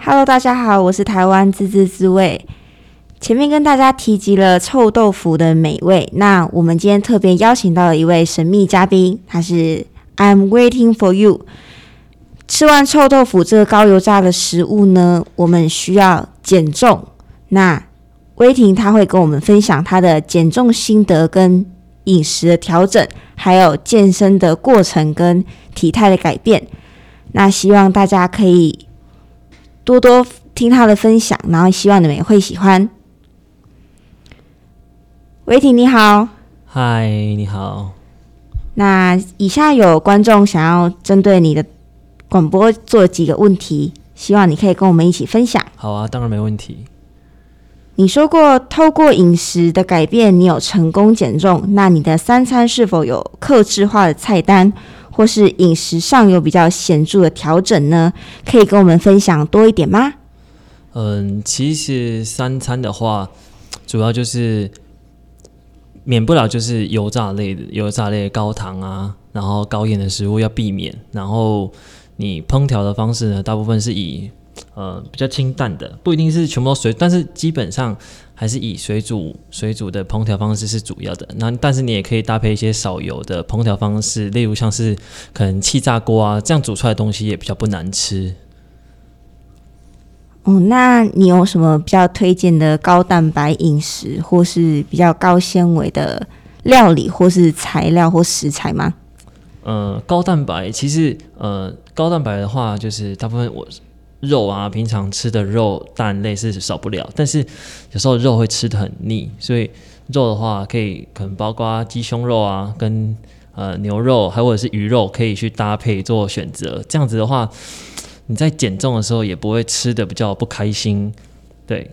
Hello， 大家好，我是台湾自知滋味。前面跟大家提及了臭豆腐的美味，那我们今天特别邀请到了一位神秘嘉宾，他是 I'm waiting for you。吃完臭豆腐这个高油炸的食物呢，我们需要减重。那威霆他会跟我们分享他的减重心得跟饮食的调整，还有健身的过程跟体态的改变。那希望大家可以多多听他的分享，然后希望你们也会喜欢。威霆你好。 嗨，你好。 那以下有观众想要针对你的广播做几个问题，希望你可以跟我们一起分享。 好啊，当然没问题。 你说过透过饮食的改变你有成功减重，那你的三餐是否有客制化的菜单，或是饮食上有比较显著的调整呢？可以跟我们分享多一点吗？ 其实三餐的话主要就是免不了就是油炸类的高糖啊，然后高盐的食物要避免，然后你烹调的方式呢，大部分是以比较清淡的，不一定是全部都水，但是基本上还是以水煮的烹调方式是主要的。那但是你也可以搭配一些少油的烹调方式，例如像是可能气炸锅啊，这样煮出来的东西也比较不难吃。 那你有什么比较推荐的高蛋白饮食，或是比较高纤维的料理，或是材料或食材吗？ 高蛋白其实高蛋白的话，就是大部分我肉啊，平常吃的肉蛋类是少不了，但是有时候肉会吃得很腻，所以肉的话可能包括鸡胸肉啊，跟牛肉，还或者是鱼肉，可以去搭配做选择。这样子的话，你在减重的时候也不会吃得比较不开心。对。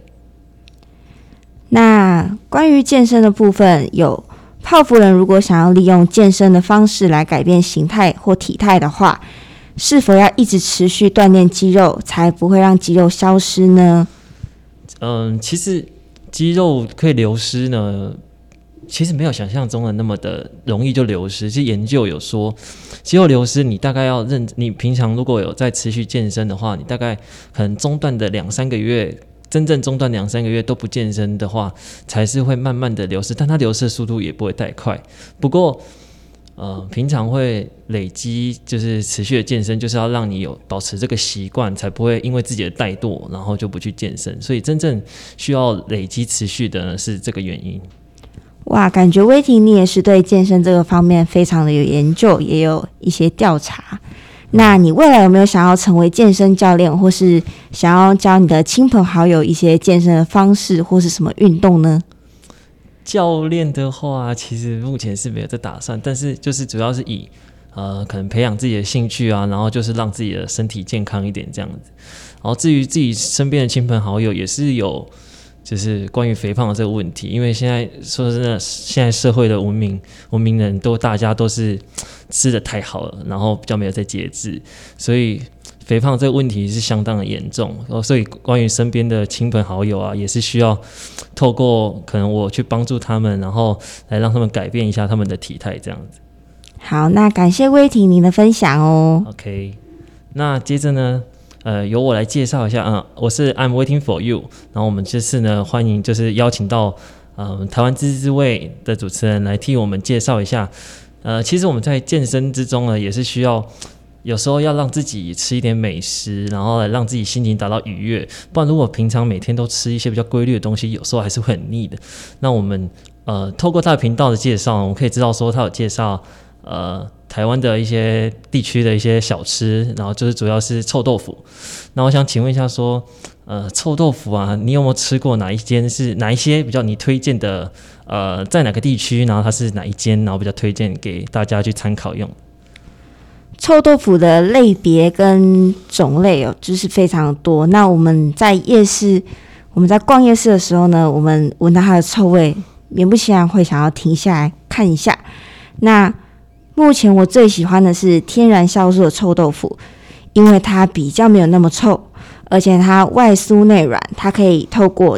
那关于健身的部分，有泡芙人如果想要利用健身的方式来改变形态或体态的话，是否要一直持续锻炼肌肉才不会让肌肉消失呢？ 其实肌肉可以流失呢，其实没有想象中的那么的容易就流失。其实研究有说，肌肉流失你大概要你平常如果有在持续健身的话，你大概可能中断的2-3个月，真正中断2-3个月都不健身的话，才是会慢慢的流失，但它流失的速度也不会太快。不过平常会累积，就是持续的健身，就是要让你有保持这个习惯，才不会因为自己的怠惰，然后就不去健身。所以真正需要累积持续的呢，是这个原因。 哇，感觉威霆你也是对健身这个方面非常的有研究，也有一些调查。那你未来有没有想要成为健身教练，或是想要教你的亲朋好友一些健身的方式，或是什么运动呢？ 教练的话，其实目前是没有这打算，但是就是主要是以可能培养自己的兴趣啊，然后就是让自己的身体健康一点这样子。然后至于自己身边的亲朋好友，也是有就是关于肥胖的这个问题，因为现在说真的，现在社会的文明人大家都是吃得太好了，然后比较没有在节制，所以肥胖这个问题是相当的严重。所以关于身边的亲朋好友啊，也是需要透过可能我去帮助他们，然后来让他们改变一下他们的体态这样子。 好，那感谢威霆您的分享哦。 OK， 那接着呢由我来介绍一下，我是 I'm waiting for you。 然后我们这次呢，欢迎就是邀请到台湾自知滋味的主持人来替我们介绍一下。其实我们在健身之中呢，也是需要有时候要让自己吃一点美食，然后来让自己心情达到愉悦。不然如果平常每天都吃一些比较规律的东西，有时候还是会很腻的。那我们透过他的频道的介绍，我们可以知道说他有介绍台湾的一些地区的一些小吃，然后就是主要是臭豆腐。那我想请问一下说，臭豆腐啊，你有没有吃过哪一些比较你推荐的？在哪个地区？然后它是哪一间？然后比较推荐给大家去参考用。 臭豆腐的类别跟种类就是非常多。那我们在逛夜市的时候呢，我们闻到它的臭味，免不其然会想要停下来看一下。那目前我最喜欢的是天然酵素的臭豆腐，因为它比较没有那么臭，而且它外酥内软，它可以透过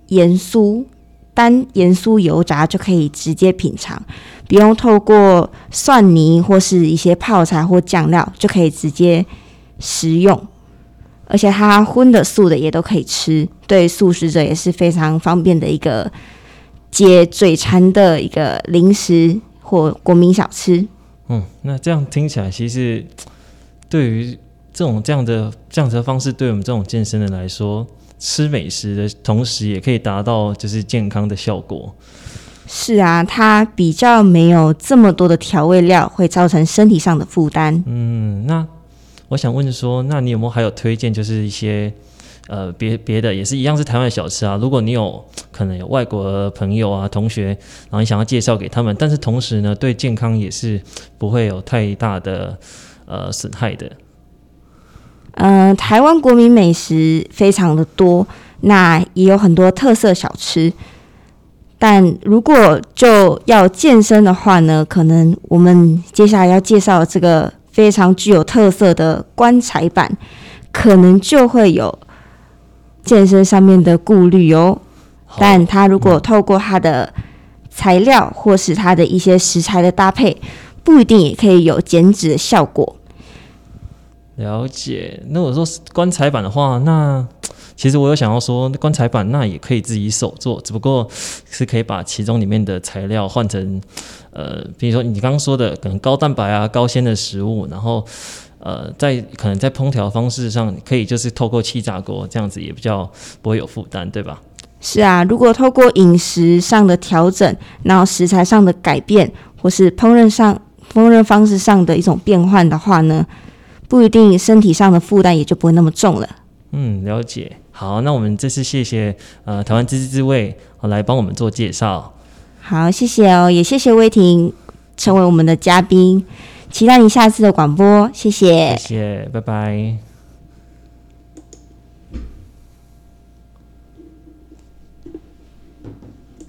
单盐酥油炸就可以直接品尝，不用透过蒜泥或是一些泡菜或酱料就可以直接食用。 而且它荤的素的也都可以吃，对素食者也是非常方便的一个解嘴馋的一个零食或国民小吃。 那这样听起来，其实对于这样子的方式，对我们这种健身的来说，吃美食的同时也可以达到就是健康的效果。 是啊，它比较没有这么多的调味料，会造成身体上的负担。 那我想问说，那你有没有还有推荐，就是一些别的也是一样是台湾的小吃啊？如果你可能有外国朋友啊、同学，然后你想要介绍给他们，但是同时呢，对健康也是不会有太大的损害的。 台湾国民美食非常的多，那也有很多特色小吃。但如果就要健身的话呢，可能我们接下来要介绍这个非常具有特色的棺材板，可能就会有健身上面的顾虑哦。但它如果透过它的材料或是它的一些食材的搭配，不一定也可以有减脂的效果。 了解。那我说棺材板的话，那其实我有想要说，棺材板那也可以自己手做，只不过是可以把其中里面的材料换成比如说你刚刚说的可能高蛋白啊、高纤的食物，然后可能在烹调方式上可以就是透过气炸锅，这样子也比较不会有负担，对吧？ 是啊，如果透过饮食上的调整，然后食材上的改变，或是烹饪方式上的一种变换的话呢，不一定身体上的负担也就不会那么重了。 了解。好，那我们这次谢谢台湾自知之味来帮我们做介绍。 好，谢谢哦，也谢谢威霆成为我们的嘉宾，期待你下次的广播，谢谢。 谢谢，拜拜。